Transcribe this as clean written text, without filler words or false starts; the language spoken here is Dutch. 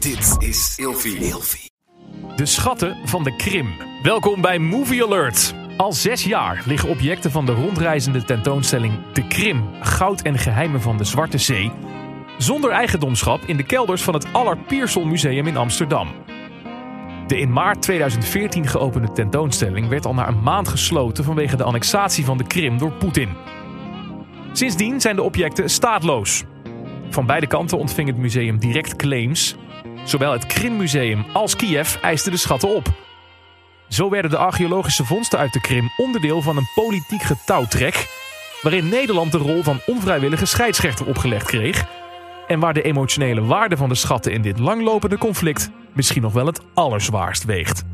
Dit is Ilfie. De schatten van de Krim. Welkom bij Movie Alert. Al 6 jaar liggen objecten van de rondreizende tentoonstelling De Krim, goud en geheimen van de Zwarte Zee, zonder eigendomschap in de kelders van het Allard Piersol Museum in Amsterdam. De in maart 2014 geopende tentoonstelling werd al na een maand gesloten vanwege de annexatie van de Krim door Poetin. Sindsdien zijn de objecten staatloos. Van beide kanten ontving het museum direct claims. Zowel het Krimmuseum als Kiev eisten de schatten op. Zo werden de archeologische vondsten uit de Krim onderdeel van een politiek getouwtrek, waarin Nederland de rol van onvrijwillige scheidsrechter opgelegd kreeg en waar de emotionele waarde van de schatten in dit langlopende conflict misschien nog wel het allerzwaarst weegt.